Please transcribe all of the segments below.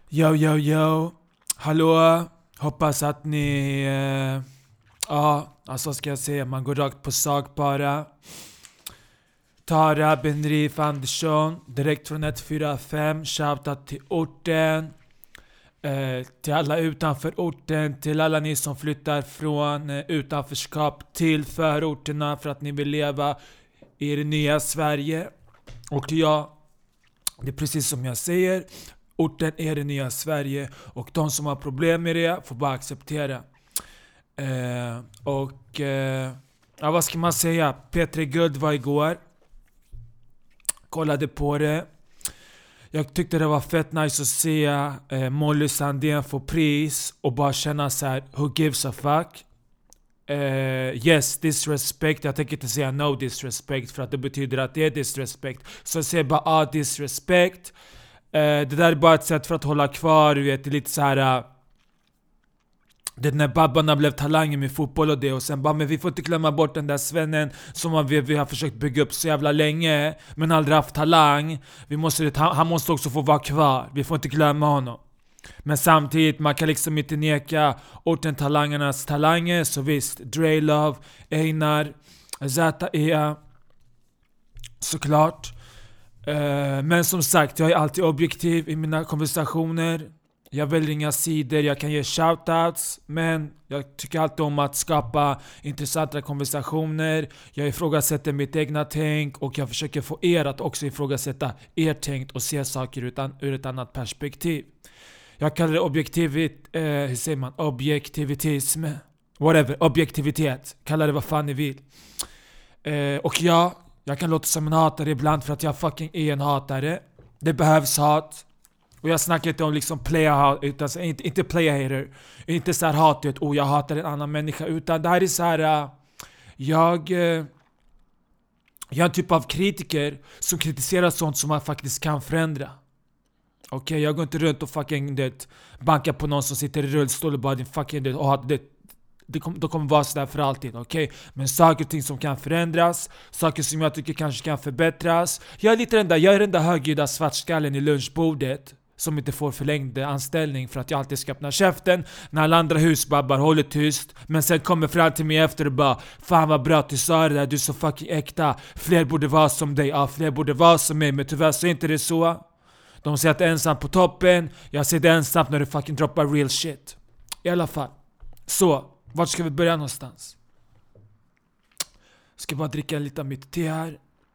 Yo, yo, yo. Hallå. Hoppas att ni... vad ska jag säga? Man går rakt på sak bara. Tara Benrif Andersson. Direkt från 145. Shoutout till orten. Till alla utanför orten. Till alla ni som flyttar från utanförskap till förorterna för att ni vill leva i det nya Sverige. Och det är precis som jag säger. Orten är det nya Sverige. Och de som har problem med det får bara acceptera. Vad ska man säga? P3 Guld var igår. Kollade på det. Jag tyckte det var fett nice att se Molly Sandén få pris. Och bara känna så här: who gives a fuck? Yes, disrespect. Jag tänker inte säga no disrespect, för att det betyder att det är disrespect. Så jag säger bara disrespect. Det där är bara ett sätt för att hålla kvar, du vet, lite så här. Det när babbarna blev talanger med fotboll och det. Och sen bara, men vi får inte glömma bort den där svennen som vi har försökt bygga upp så jävla länge, men aldrig haft talang. Han måste också få vara kvar. Vi får inte glömma honom. Men samtidigt, man kan liksom inte neka orten talangernas talanger. Så visst, Dre Love, Einar, Z.E. såklart. Men som sagt, jag är alltid objektiv i mina konversationer. Jag väljer inga sidor, jag kan ge shoutouts, men jag tycker alltid om att skapa intressanta konversationer. Jag ifrågasätter mitt egna tänk och jag försöker få er att också ifrågasätta er tänk och se saker ur ett annat perspektiv. Jag kallar det objektivitism. Whatever, objektivitet. Kalla det vad fan ni vill. Och jag kan låta som en hatare ibland för att jag fucking är en hatare. Det behövs hat. Och jag snackar inte om liksom player-hat, utan inte player-hater. Inte så här hatet, jag hatar en annan människa. Utan det här är så här. Jag är en typ av kritiker som kritiserar sånt som man faktiskt kan förändra. Okej, jag går inte runt och fucking bankar på någon som sitter i rullstol och bara din fucking det kommer vara sådär för alltid, okej? Men saker och ting som kan förändras, saker som jag tycker kanske kan förbättras. Jag är den där högljudda svartskallen i lunchbordet som inte får förlängd anställning för att jag alltid ska öppna käften när alla andra husbabbar håller tyst, men sen kommer fram till mig efter och bara: fan vad bra att du sa det där, du är så fucking äkta, fler borde vara som dig, fler borde vara som mig, men tyvärr så är inte det så. De säger att det är ensam på toppen, jag ser det ensamt när du fucking droppar real shit. I alla fall. Så, vart ska vi börja någonstans? Ska bara dricka lite av mitt te här.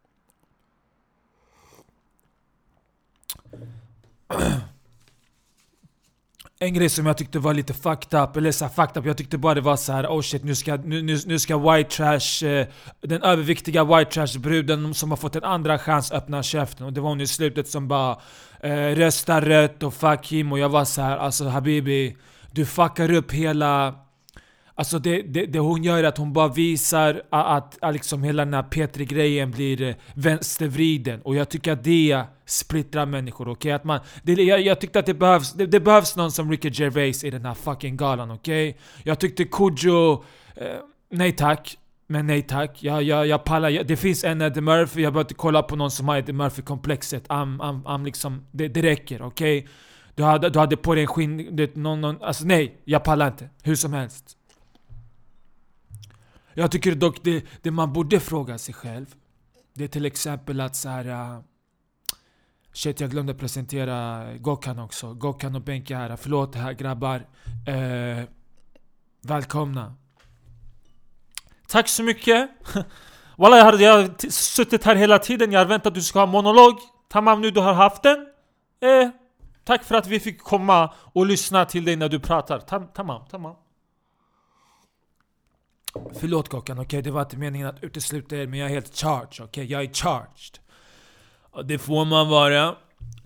En grej som jag tyckte var lite fucked up, jag tyckte bara det var så här: oh shit, nu ska white trash, den överviktiga white trash bruden som har fått en andra chans öppna käften. Och det var hon i slutet som bara rösta rött och fuck him. Och jag var så här: alltså habibi, du fuckar upp hela. Alltså det hon gör är att hon bara visar att liksom hela den här P3-grejen blir vänstervriden. Och jag tycker att det splittrar människor, okej? Att jag tyckte att det behövs någon som Ricky Gervais i den här fucking galan, okej? Jag tyckte Kodjo, nej tack. Men nej tack, jag pallar. Det finns en Eddie Murphy, jag behöver inte kolla på någon som har Eddie Murphy-komplexet. Liksom, det räcker, okej? Du hade på dig en skinn, alltså nej, jag pallar inte. Hur som helst. Jag tycker dock det man borde fråga sig själv, det är till exempel att så här. Shit, jag glömde presentera Gokhan också. Gokhan och Benke här. Förlåt här grabbar. Välkomna. Tack så mycket. Walla, jag har suttit här hela tiden. Jag har väntat att du ska ha monolog. Tamam, nu du har haft den. Tack för att vi fick komma och lyssna till dig när du pratar. Tamam. Förlåt Gokhan, okej? Det var inte meningen att utesluta er, men jag är helt charged, okej? Jag är charged. Det får man vara.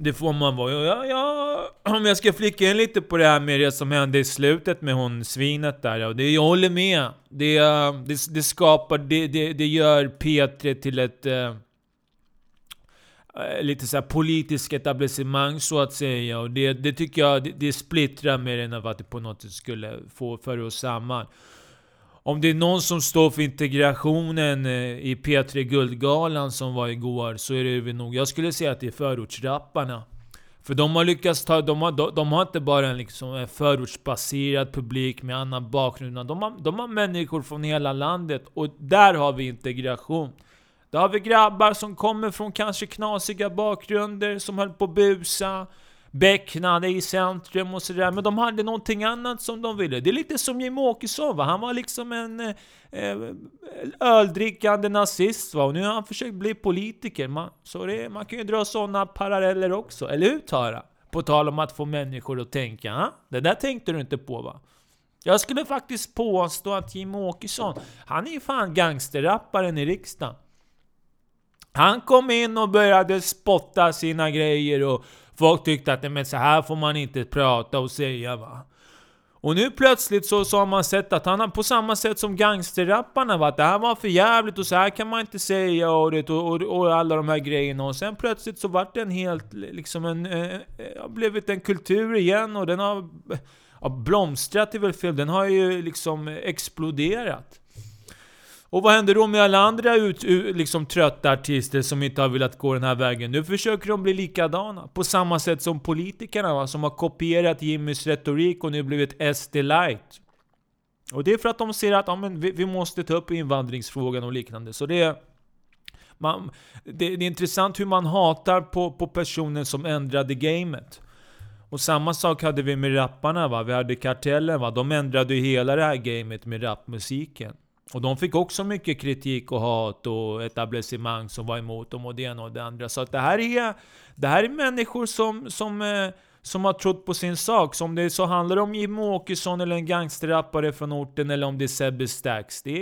Ja, om jag ska flicka in lite på det här med det som hände i slutet med hon svinet där. Ja, jag håller med. Det skapar, det gör P3 till ett lite så här politiskt etablissemang så att säga. Och det tycker jag, det splittrar mer än att det på något sätt skulle få för oss samman. Om det är någon som står för integrationen i P3 Guldgalan som var igår, så är det nog, jag skulle säga att det är förortsrapparna. För de har lyckats de har inte bara en förortsbaserad publik med annan bakgrund. De har människor från hela landet. Och där har vi integration. Där har vi grabbar som kommer från kanske knasiga bakgrunder, som höll på att busa, bäcknade i centrum och sådär. Men de hade någonting annat som de ville. Det är lite som Jimmie Åkesson, va? Han var liksom en öldrickande nazist, va? Och nu har han försökt bli politiker. Man kan ju dra sådana paralleller också. Eller hur, Tara? På tal om att få människor att tänka. Ha? Det där tänkte du inte på, va? Jag skulle faktiskt påstå att Jimmie Åkesson, han är ju fan gangsterrapparen i riksdagen. Han kom in och började spotta sina grejer och folk tyckte att men så här får man inte prata och säga, va. Och nu plötsligt så har man sett att han på samma sätt som gangsterrapparna, va, att det här var för jävligt och så här kan man inte säga och alla de här grejerna. Och sen plötsligt så vart det en helt liksom har blivit en kultur igen och den har blomstrat i väl fel. Den har ju liksom exploderat. Och vad händer då med alla andra liksom trötta artister som inte har velat gå den här vägen? Nu försöker de bli likadana. På samma sätt som politikerna, va, som har kopierat Jimmys retorik och nu blivit SD light. Och det är för att de ser att vi måste ta upp invandringsfrågan och liknande. Så det är intressant hur man hatar på personen som ändrade gamet. Och samma sak hade vi med rapparna, va? Vi hade Kartellen, va? De ändrade ju hela det här gamet med rapmusiken. Och de fick också mycket kritik och hat och etablissemang som var emot dem och det ena och det andra. Så att det här är människor som har trott på sin sak. Som det så handlar om Jimmie Åkesson eller en gangsterrappare från orten eller om det är Sebbe Stax. Det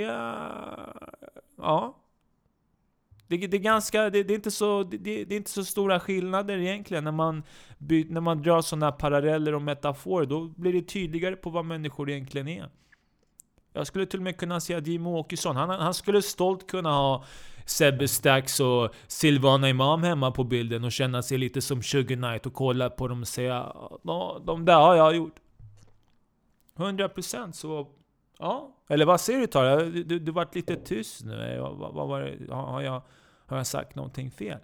är inte så stora skillnader egentligen när man drar sådana paralleller och metaforer. Då blir det tydligare på vad människor egentligen är. Jag skulle till och med kunna säga att Jimmie Åkesson, han skulle stolt kunna ha Sebbe Stax och Silvana Imam hemma på bilden och känna sig lite som Sugar Knight och kolla på dem och säga de där har jag gjort 100%. Så ja, eller vad säger du, Tara? Du varit lite tyst nu. Vad var det? Har jag sagt någonting fel?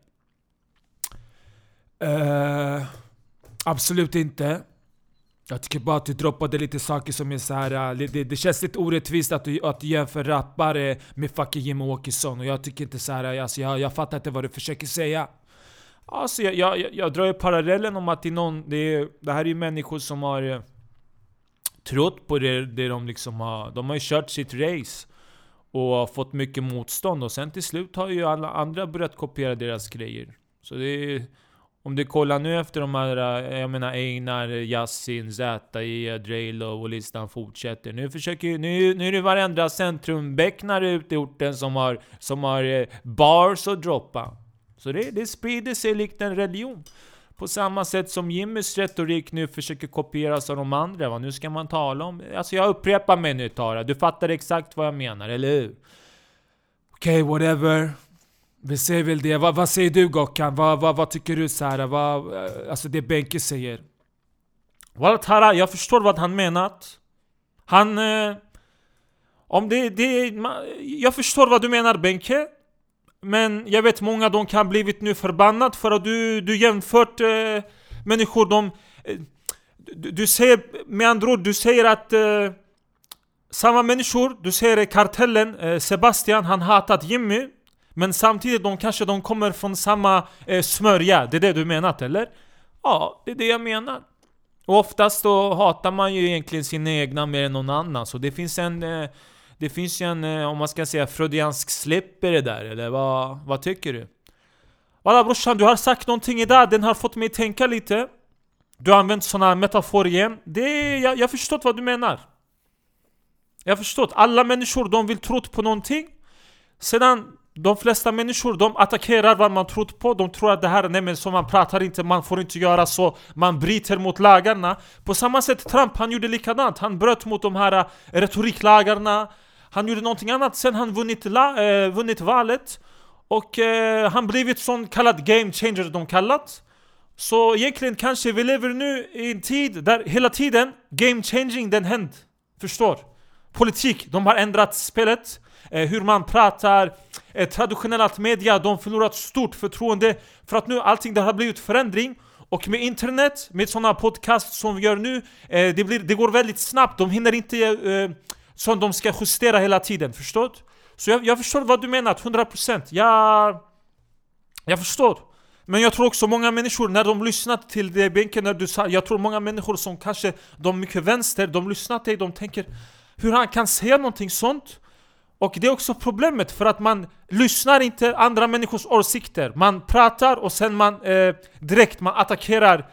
Absolut inte. Jag tycker bara att du droppade lite saker som är så här. Det känns lite orättvist att du jämför rappare med fucking Jimmie Åkesson. Och jag tycker inte så här. Alltså jag fattar inte vad du försöker säga. Alltså jag drar ju parallellen om att det här är ju människor som har trott på det de liksom har. De har ju kört sitt race och har fått mycket motstånd. Och sen till slut har ju alla andra börjat kopiera deras grejer. Så det är... Om du kollar nu efter de här, jag menar Einar, Yasin, Z.I, Drelo och listan fortsätter. Nu är det varenda centrumbäcknare ute i orten som har bars att droppa. Så det sprider sig likt en religion. På samma sätt som Jimmys retorik nu försöker kopieras av de andra. Va? Nu ska man tala om... Alltså jag upprepar mig nu, Tara. Du fattar exakt vad jag menar, eller hur? Okej, whatever. Vi säger väl det. Vad säger du, Gokkan? Vad tycker du så här? Alltså det Benke säger. Well, Tara, jag förstår vad han menat. Jag förstår vad du menar, Benke. Men jag vet många de kan blivit nu förbannat för att du jämfört människor. Du säger med andra ord, du säger att samma människor, du säger Kartellen, Sebastian, han hatat Jimmy. Men samtidigt de kommer från samma smörja. Det är det du menat, eller? Ja, det är det jag menar. Och oftast då hatar man ju egentligen sina egna mer än någon annan. Så det finns en om man ska säga freudiansk släpp i det där. Eller vad tycker du? Walla brorsan, du har sagt någonting idag. Den har fått mig tänka lite. Du har använt såna metaforer igen. Jag har förstått vad du menar. Jag har förstått. Alla människor, de vill tro på någonting. Sedan... De flesta människor, de attackerar vad man trott på. De tror att det här, nej men så man pratar inte, man får inte göra så, man bryter mot lagarna. På samma sätt Trump, han gjorde likadant. Han bröt mot de här retoriklagarna. Han gjorde någonting annat sen han vunnit valet. Och han blivit sån kallad game changer de kallat. Så egentligen kanske vi lever nu i en tid där hela tiden game changing den händer. Förstår? Politik, de har ändrat spelet. Hur man pratar, traditionellt media, de förlorat stort förtroende för att nu allting det har blivit förändring Och med internet, med sådana podcast som vi gör nu, det går väldigt snabbt. De hinner inte som de ska justera hela tiden, förstår? Så jag förstår vad du menar, 100%. Jag förstår. Men jag tror också många människor, när de lyssnar till det bänken när du sa, jag tror många människor som kanske, de mycket vänster, de lyssnar till dig, de tänker hur han kan säga någonting sånt. Och det är också problemet, för att man lyssnar inte andra människors åsikter. Man pratar och sen man direkt man attackerar.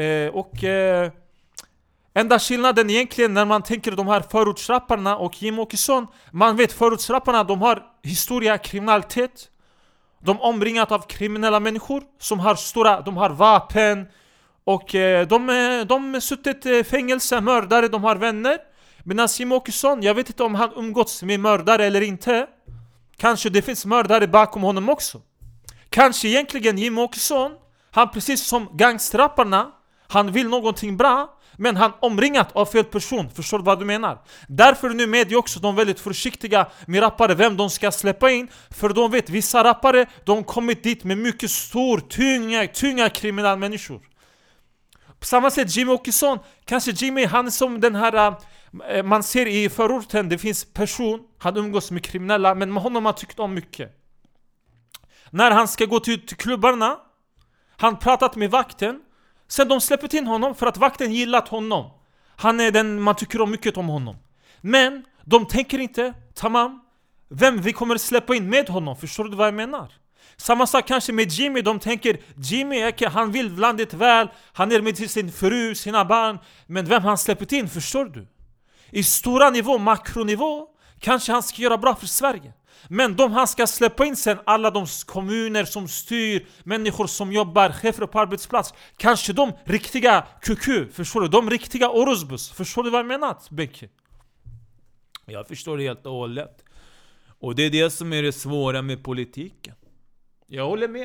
Enda skillnaden egentligen när man tänker de här förortsrapparna och Jim Åkesson, man vet förortsrapparna, de har historia kriminalitet. De omringat av kriminella människor som har de har vapen och de suttit i fängelse, mördare, de har vänner. Men Jim Åkesson, jag vet inte om han umgåtts med mördare eller inte. Kanske det finns mördare bakom honom också. Kanske egentligen Jim Åkesson, han precis som gangsterrapparna, han vill någonting bra, men han omringat av fel person. Förstår du vad du menar? Därför nu media också, de är väldigt försiktiga med rappare, vem de ska släppa in. För de vet, vissa rappare, de kommit dit med mycket tunga kriminella människor. På samma sätt Jimmy Åkesson, kanske Jimmy, han är som den här, man ser i förorten, det finns person, han umgås med kriminella, men med honom har tyckt om mycket. När han ska gå till klubbarna, han pratat med vakten. Sen de släpper in honom för att vakten gillat honom. Han är den, man tycker om mycket om honom. Men de tänker inte, tamam, vem vi kommer släppa in med honom. Förstår du vad jag menar? Samma sak kanske med Jimmy, de tänker Jimmy, han vill landet väl, han är med sin fru, sina barn. Men vem han släpper in, förstår du? I stora nivå, makronivå, kanske han ska göra bra för Sverige. Men de han ska släppa in sen, alla de kommuner som styr, människor som jobbar, chefer på arbetsplats, kanske de riktiga kuku, förstår du? De riktiga orosbus, förstår du vad jag menar, Benke? Jag förstår det helt och hållet. Och det är det som är det svåra med politiken. Jag håller med.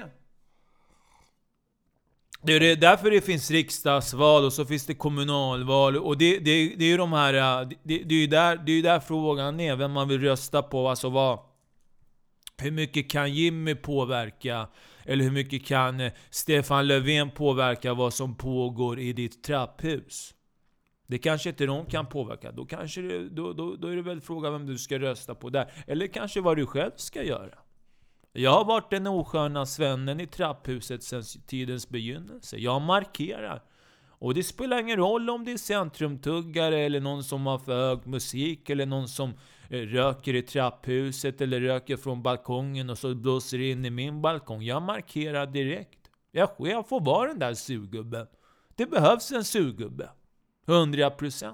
Det är därför det finns riksdagsval och så finns det kommunalval. Och det är ju de här, det är ju där frågan är, vem man vill rösta på, alltså hur mycket kan Jimmy påverka? Eller hur mycket kan Stefan Löfven påverka vad som pågår i ditt trapphus? Det kanske inte de kan påverka. Då är det väl frågan vem du ska rösta på där. Eller kanske vad du själv ska göra. Jag har varit den osköna svennen i trapphuset sedan tidens begynnelse. Jag markerar. Och det spelar ingen roll om det är centrumtuggare eller någon som har för hög musik eller någon som röker i trapphuset eller röker från balkongen och så blåser in i min balkong. Jag markerar direkt. Jag får vara den där surgubben. Det behövs en surgubbe. 100%.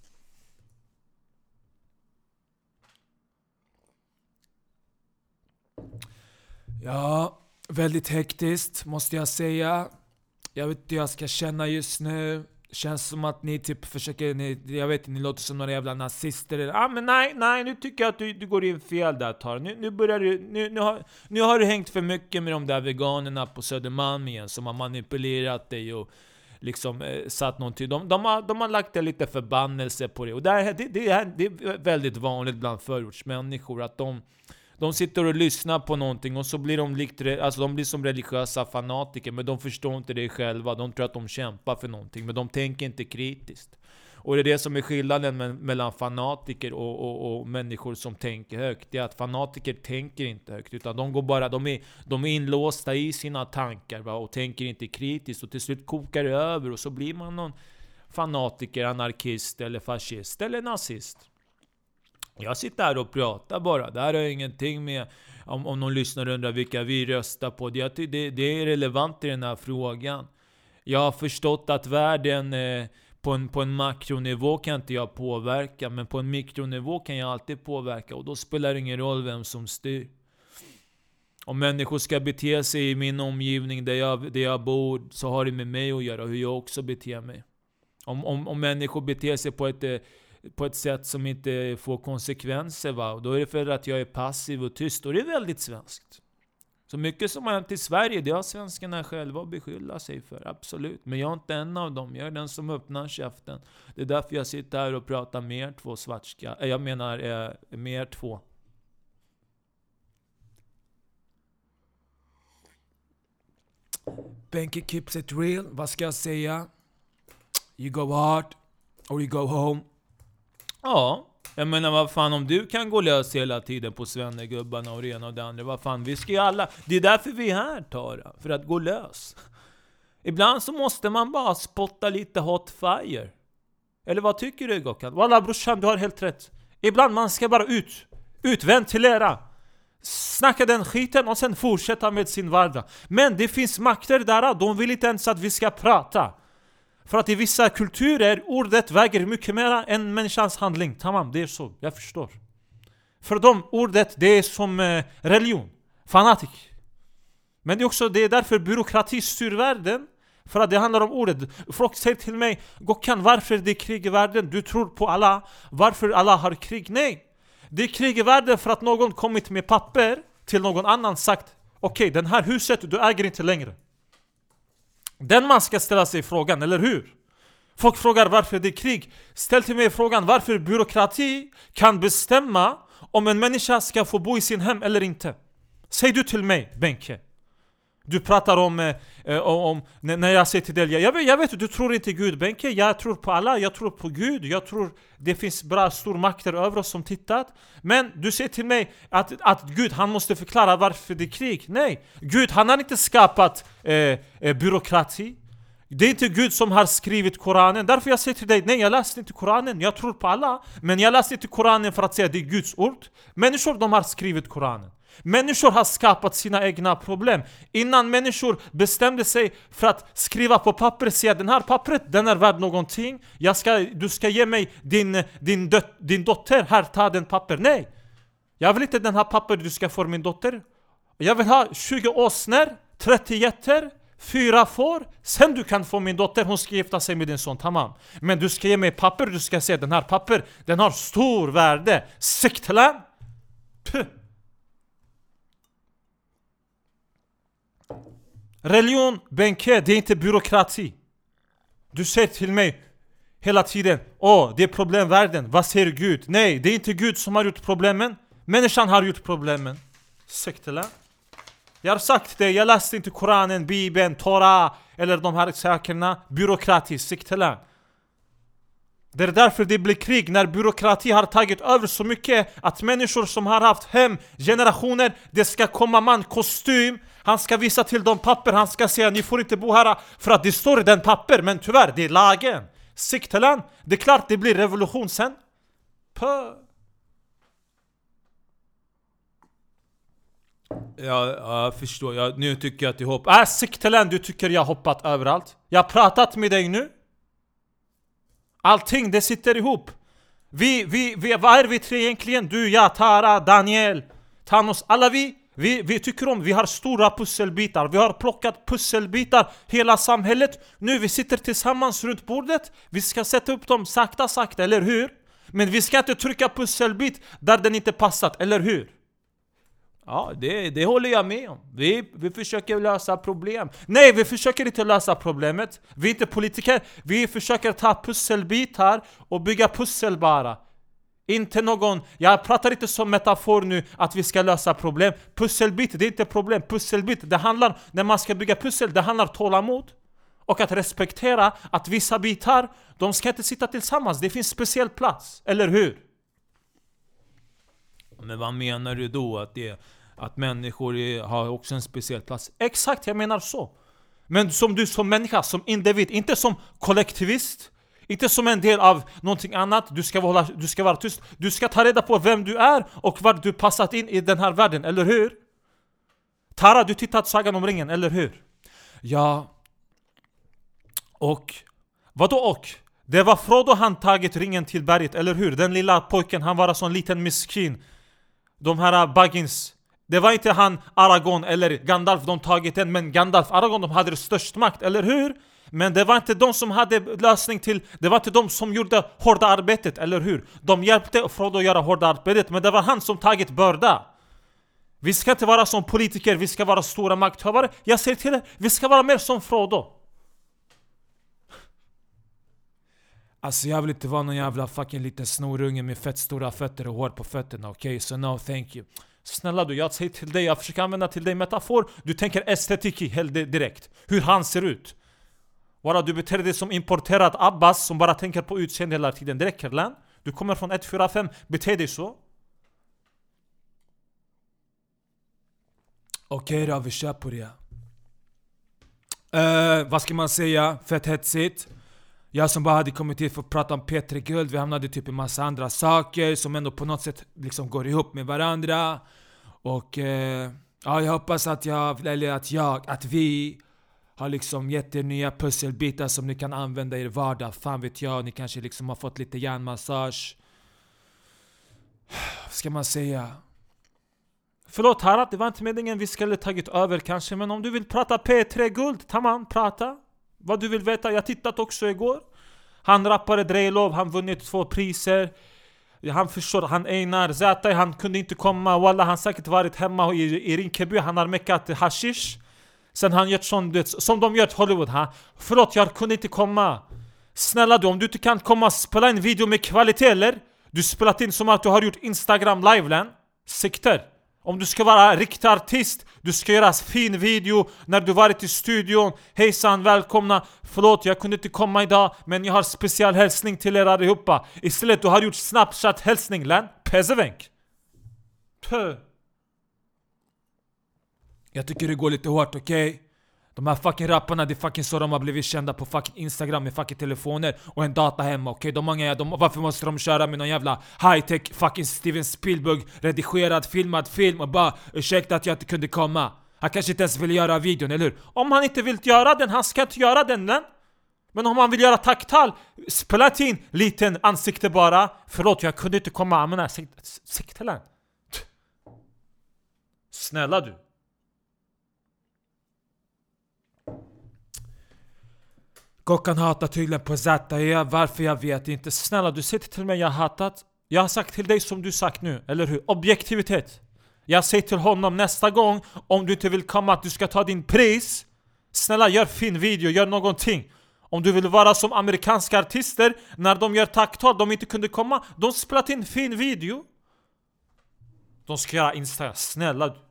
Ja, väldigt hektiskt måste jag säga. Jag vet inte hur jag ska känna just nu. Känns som att ni typ försöker, jag vet inte, ni låter som några jävla nazister. Men nej, nu tycker jag att du går in fel där, Tar. Nu börjar du, nu har du hängt för mycket med de där veganerna på Södermalm igen som har manipulerat dig och liksom satt någonting. De har lagt lite förbannelse på det. Och det är väldigt vanligt bland förortsmänniskor att de sitter och lyssnar på någonting och så blir de blir som religiösa fanatiker, men de förstår inte det själva. De tror att de kämpar för någonting, men de tänker inte kritiskt. Och det är det som är skillnaden mellan fanatiker och människor som tänker högt. Det är att fanatiker tänker inte högt, utan de är inlåsta i sina tankar, va, och tänker inte kritiskt, och till slut kokar det över och så blir man någon fanatiker, anarkist eller fascist eller nazist. Jag sitter här och pratar bara. Det här har ingenting med om någon lyssnar och undrar vilka vi röstar på. Det är relevant i den här frågan. Jag har förstått att världen på en makronivå kan inte jag påverka, men på en mikronivå kan jag alltid påverka, och då spelar det ingen roll vem som styr. Om människor ska bete sig i min omgivning där jag bor, så har det med mig att göra, hur jag också beter mig. Om människor beter sig på ett sätt som inte får konsekvenser, va? Då är det för att jag är passiv och tyst, och det är väldigt svenskt. Så mycket som har hänt i Sverige, det har svenskarna själva att beskylla sig för, absolut. Men jag är inte en av dem, jag är den som öppnar käften. Det är därför jag sitter här och pratar med er två svartska. Jag menar med er två. Benke keeps it real. Vad ska jag säga? You go hard or you go home. Ja, jag menar vad fan, om du kan gå lös hela tiden på svennegubbarna och det ena och det andra, vad fan, vi ska ju alla, det är därför vi är här, Tara, för att gå lös. Ibland så måste man bara spotta lite hot fire. Eller vad tycker du, Gökhan? Walla brorsan, du har helt rätt. Ibland man ska bara ventilera. Snacka den skiten och sen fortsätta med sin vardag. Men det finns makter där, de vill inte ens att vi ska prata. För att i vissa kulturer, ordet väger mycket mer än människans handling. Tamam, det är så, jag förstår. För dem, ordet, det är som religion. Fanatik. Men det är därför byråkrati styr världen. För att det handlar om ordet. Folk säger till mig, Gökhan, varför det är krig i världen? Du tror på Allah. Varför Allah har krig? Nej. Det är krig i världen för att någon kommit med papper till någon annan sagt, okej, den här huset du äger inte längre. Den man ska ställa sig frågan, eller hur? Folk frågar varför det är krig. Ställ till mig frågan varför byråkrati kan bestämma om en människa ska få bo i sin hem eller inte. Säg du till mig, Benke. Du pratar om när jag säger till dig, jag vet du tror inte Gud, Benke. Jag tror på Allah, jag tror på Gud. Jag tror det finns bra stormakter över oss som tittat. Men du säger till mig att Gud, han måste förklara varför det är krig. Nej, Gud, han har inte skapat byråkrati. Det är inte Gud som har skrivit Koranen. Därför jag säger till dig, nej, jag läste inte Koranen. Jag tror på Allah, men jag läste inte Koranen för att säga att det är Guds ord. Människor, de har skrivit Koranen. Människor har skapat sina egna problem. Innan människor bestämde sig för att skriva på papper, säga den här pappret, den är värd någonting. Du ska ge mig din dotter, här, ta den papper. Nej, jag vill inte den här papper du ska få min dotter. Jag vill ha 20 åsner, 30 getter, 4 får. Sen du kan få min dotter, hon ska gifta sig med din son, tamam. Men du ska ge mig papper, du ska säga den här papper, den har stor värde. Siktlan. Religion, Benke, det är inte byråkrati. Du säger till mig hela tiden, det är problemvärlden, vad säger Gud? Nej, det är inte Gud som har gjort problemen. Människan har gjort problemen. Sektela. Jag har sagt det, jag läste inte Koranen, Bibeln, Torah eller de här sakerna. Byråkrati, sektela. Det är därför det blir krig, när byråkrati har tagit över så mycket att människor som har haft hem generationer, det ska komma man kostym, han ska visa till dem papper, han ska säga ni får inte bo här för att det står i den papper, men tyvärr, det är lagen. Siktelan, det är klart det blir revolution sen. Jag förstår, nu tycker jag att du hoppar. Siktelan, du tycker jag hoppat överallt. Jag har pratat med dig nu. Allting, det sitter ihop. Vad är vi tre egentligen? Du, jag, Tara, Daniel, Thanos, alla vi tycker om, vi har stora pusselbitar. Vi har plockat pusselbitar, hela samhället. Nu vi sitter tillsammans runt bordet. Vi ska sätta upp dem sakta, eller hur? Men vi ska inte trycka pusselbit där den inte passat, eller hur? Ja, det håller jag med om. Vi försöker lösa problem. Nej, vi försöker inte lösa problemet. Vi är inte politiker. Vi försöker ta pusselbitar och bygga pussel bara. Inte någon, jag pratar inte som metafor nu att vi ska lösa problem. Pusselbit, det är inte problem. Pusselbit, det handlar, när man ska bygga pussel, det handlar tålamod. Och att respektera att vissa bitar, de ska inte sitta tillsammans. Det finns speciell plats, eller hur? Men vad menar du då? Att människor har också en speciell plats? Exakt, jag menar så. Men som du som människa, som individ, inte som kollektivist, inte som en del av någonting annat. Du ska vara tyst. Du ska ta reda på vem du är och var du passat in i den här världen, eller hur? Tara, du tittat Sagan om ringen, eller hur? Ja. Och vadå och? Det var Frodo han tagit ringen till berget, eller hur? Den lilla pojken, han var en sån liten miskin. De här Baggins, det var inte han Aragorn eller Gandalf de tagit den, men Gandalf, Aragorn, de hade störst makt, eller hur? Men det var inte de som hade lösning till, det var inte de som gjorde hårda arbetet, eller hur? De hjälpte Frodo att göra hårda arbetet, men det var han som tagit börda. Vi ska inte vara som politiker, vi ska vara stora makthavare. Jag säger till er, vi ska vara mer som Frodo. Alltså jag vill inte vara någon jävla fucking liten snorunge med fett stora fötter och hår på fötterna, okej? So no, thank you. Snälla du, jag säger till dig, jag försöker använda till dig metafor. Du tänker estetik helt direkt. Hur han ser ut. Bara du beter dig som importerad Abbas som bara tänker på utseende hela tiden. Det räcker, Lan. Du kommer från 145, bete dig så. Okej då, vi kör på det. Vad ska man säga? Fett hetsigt. Jag som bara hade kommit hit för att prata om P3 Guld. Vi hamnade typ i massa andra saker som ändå på något sätt liksom går ihop med varandra. Och ja, jag hoppas att att vi har liksom gett er nya pusselbitar som ni kan använda i er vardag. Fan vet jag, ni kanske liksom har fått lite hjärnmassage. Vad ska man säga? Förlåt Harat, det var inte meningen vi skulle tagit över kanske. Men om du vill prata P3 Guld, tamam, prata. Vad du vill veta, jag tittat också igår. Han rappare Drejlov, han vunnit 2 priser. Han förstår, han Einar Zäta, han kunde inte komma. Wallah, han säkert varit hemma i Rinkeby. Han har meckat hashish. Sen han gjort sånt som de gör i Hollywood. Förlåt, jag kunde inte komma. Snälla du, om du inte kan komma spela en video med kvalitet eller? Du spelat in som att du har gjort Instagram live-län. Sikter. Om du ska vara riktig artist, du ska göra fin video när du varit i studion. Hejsan, välkomna. Förlåt, jag kunde inte komma idag, men jag har speciell hälsning till er allihopa. Istället du har gjort Snapchat-hälsning, län. Pezevänk. Jag tycker det går lite hårt, okej? De här fucking rapparna, det är fucking så de har blivit kända på fucking Instagram med fucking telefoner och en data hemma, okej? Varför måste de köra med någon jävla high-tech fucking Steven Spielberg redigerad, filmad film och bara ursäkta att jag inte kunde komma? Han kanske inte ens vill göra videon, eller hur? Om han inte vill göra den, han ska inte göra den. Men om han vill göra tacktal, spela in liten ansikte bara. Förlåt, jag kunde inte komma. Men sikten. Snälla du. Gockan hatar tydligen på Zäta. Varför jag vet inte. Snälla du, säger till mig jag har hatat. Jag har sagt till dig som du sagt nu, eller hur? Objektivitet. Jag säger till honom nästa gång, om du inte vill komma att du ska ta din pris. Snälla, gör fin video, gör någonting. Om du vill vara som amerikanska artister, när de gör tacktal, de inte kunde komma, de spelat in fin video. De ska göra Instagram, snälla du.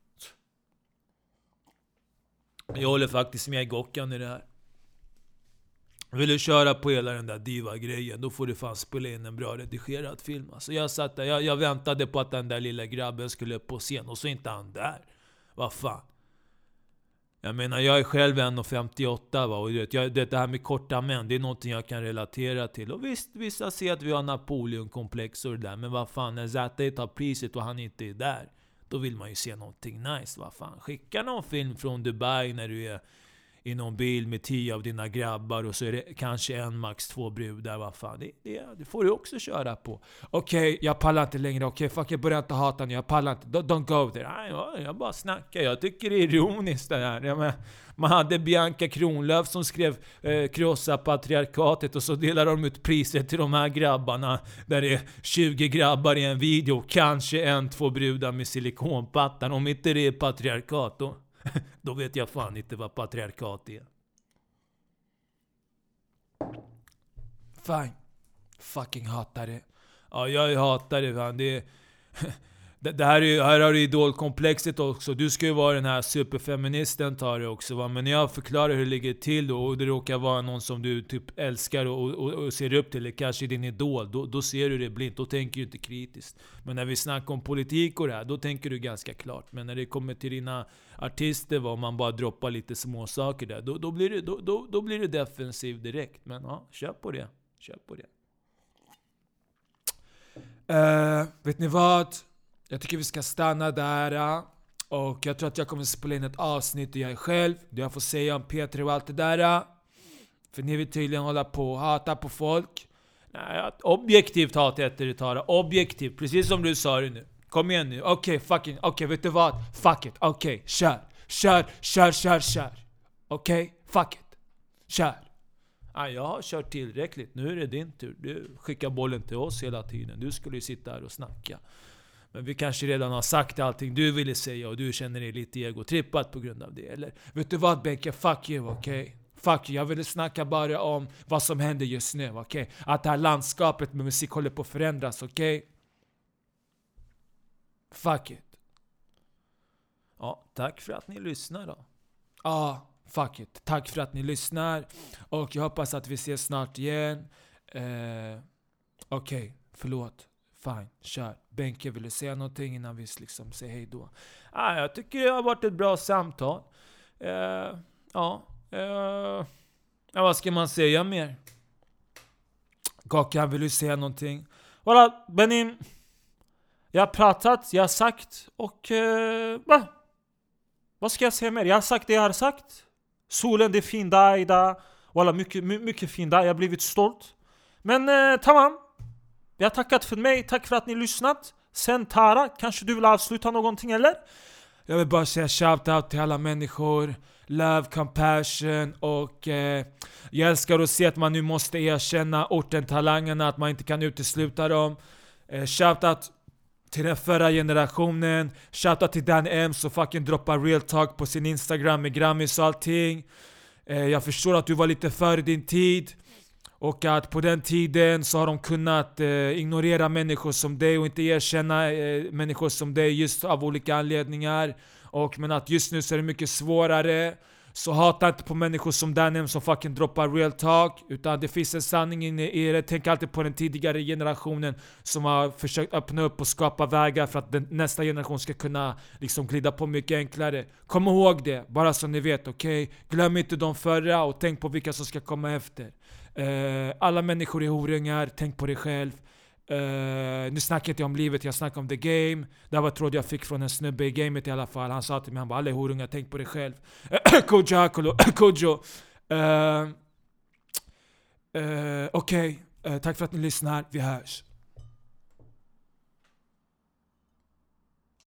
Jag håller faktiskt med Gockan i det här. Vill du köra på hela den där diva-grejen, då får du fan spela in en bra redigerad film. Alltså jag satt där, jag väntade på att den där lilla grabben skulle upp på scen, och så inte han där. Vad fan. Jag menar, jag är själv 1,58 va, och det här med korta män, det är någonting jag kan relatera till. Och visst, vissa ser att vi har Napoleon-komplex och det där, men vad fan, när Zäta tar priset och han inte är där, då vill man ju se någonting nice, vad fan. Skicka någon film från Dubai när du är i någon bil med 10 av dina grabbar och så är det kanske en max 2 brudar, vad fan. Det får du också köra på. Okej, jag pallar inte längre. Okej, fuck, jag börjar inte hata nu. Jag pallar inte. Don't go there. Nej, jag bara snackar. Jag tycker det är ironiskt det här. Man hade Bianca Kronlöf som skrev krossa patriarkatet, och så delar de ut priset till de här grabbarna där det är 20 grabbar i en video, kanske 1-2 brudar med silikonpattan. Om inte det är patriarkat då vet jag fan inte vad patriarkat är. Fine. Fucking hatar det. Ja, jag hatar det fan. Det här har du idolkomplexet också. Du ska ju vara den här superfeministen, tar det också va? Men när jag förklarar hur det ligger till och det råkar vara någon som du typ älskar och ser upp till, eller kanske din idol, då ser du det blint, då tänker du inte kritiskt. Men när vi snackar om politik och det här, då tänker du ganska klart. Men när det kommer till dina artister, vad man bara droppar lite små saker där, då blir det defensiv direkt. Men ja, kör på det. Vet ni vad? Jag tycker vi ska stanna där. Och jag tror att jag kommer spela in ett avsnitt där jag är själv, där jag får säga om P3 och allt det där. För ni vill tydligen hålla på och hata på folk. Nej, objektivt hat heter det, Tara. Objektivt, precis som du sa det nu. Kom igen nu. Okej, vet du vad? Fuck it. Okej, kör. Okej, fuck it. Kör. Ja, jag har kört tillräckligt. Nu är det din tur. Du skickar bollen till oss hela tiden. Du skulle ju sitta här och snacka. Men vi kanske redan har sagt allting du ville säga och du känner dig lite egotrippat på grund av det, eller? Vet du vad, Benke? Fuck you, okej? Fuck you. Jag ville snacka bara om vad som händer just nu, okej? Att det här landskapet med musik håller på att förändras, okej? Fuck it. Ja, tack för att ni lyssnar då. Ja, fuck it. Tack för att ni lyssnar. Och jag hoppas att vi ses snart igen. Okej, förlåt. Fine, kör. Benke, vill du säga någonting innan vi liksom säger hej då? Jag tycker det har varit ett bra samtal. Vad ska man säga mer? Kakan, vill du säga någonting? Voilà, Benim. Jag har pratat, jag har sagt och... Vad ska jag säga mer? Jag har sagt det jag har sagt. Solen, det är fin dag idag. Voilà, mycket fin dag. Jag har blivit stolt. Men tamam. Jag har tackat för mig. Tack för att ni lyssnat. Sen Tara, kanske du vill avsluta någonting eller? Jag vill bara säga shoutout till alla människor. Love, compassion och jag älskar att se att man nu måste erkänna orten-talangerna, att man inte kan utesluta dem. Shoutout till den förra generationen. Shoutout till Dan M som fucking droppar real talk på sin Instagram med Grammis och allting. Jag förstår att du var lite före din tid. Och att på den tiden så har de kunnat ignorera människor som dig och inte erkänna människor som dig just av olika anledningar. Men att just nu så är det mycket svårare. Så hata inte på människor som Danem som fucking droppar real talk. Utan det finns en sanning inne i det. Tänk alltid på den tidigare generationen som har försökt öppna upp och skapa vägar för att nästa generation ska kunna liksom glida på mycket enklare. Kom ihåg det, bara så ni vet, okej? Glöm inte de förra och tänk på vilka som ska komma efter. Alla människor är horungar, tänk på dig själv. Nu snackar jag inte om livet, jag snackar om the game. Det var ett råd jag fick från en snubbe i gamet i alla fall. Han sa till mig, han bara, alla är horungar, tänk på dig själv. Kojo. Okej, tack för att ni lyssnar, vi hörs.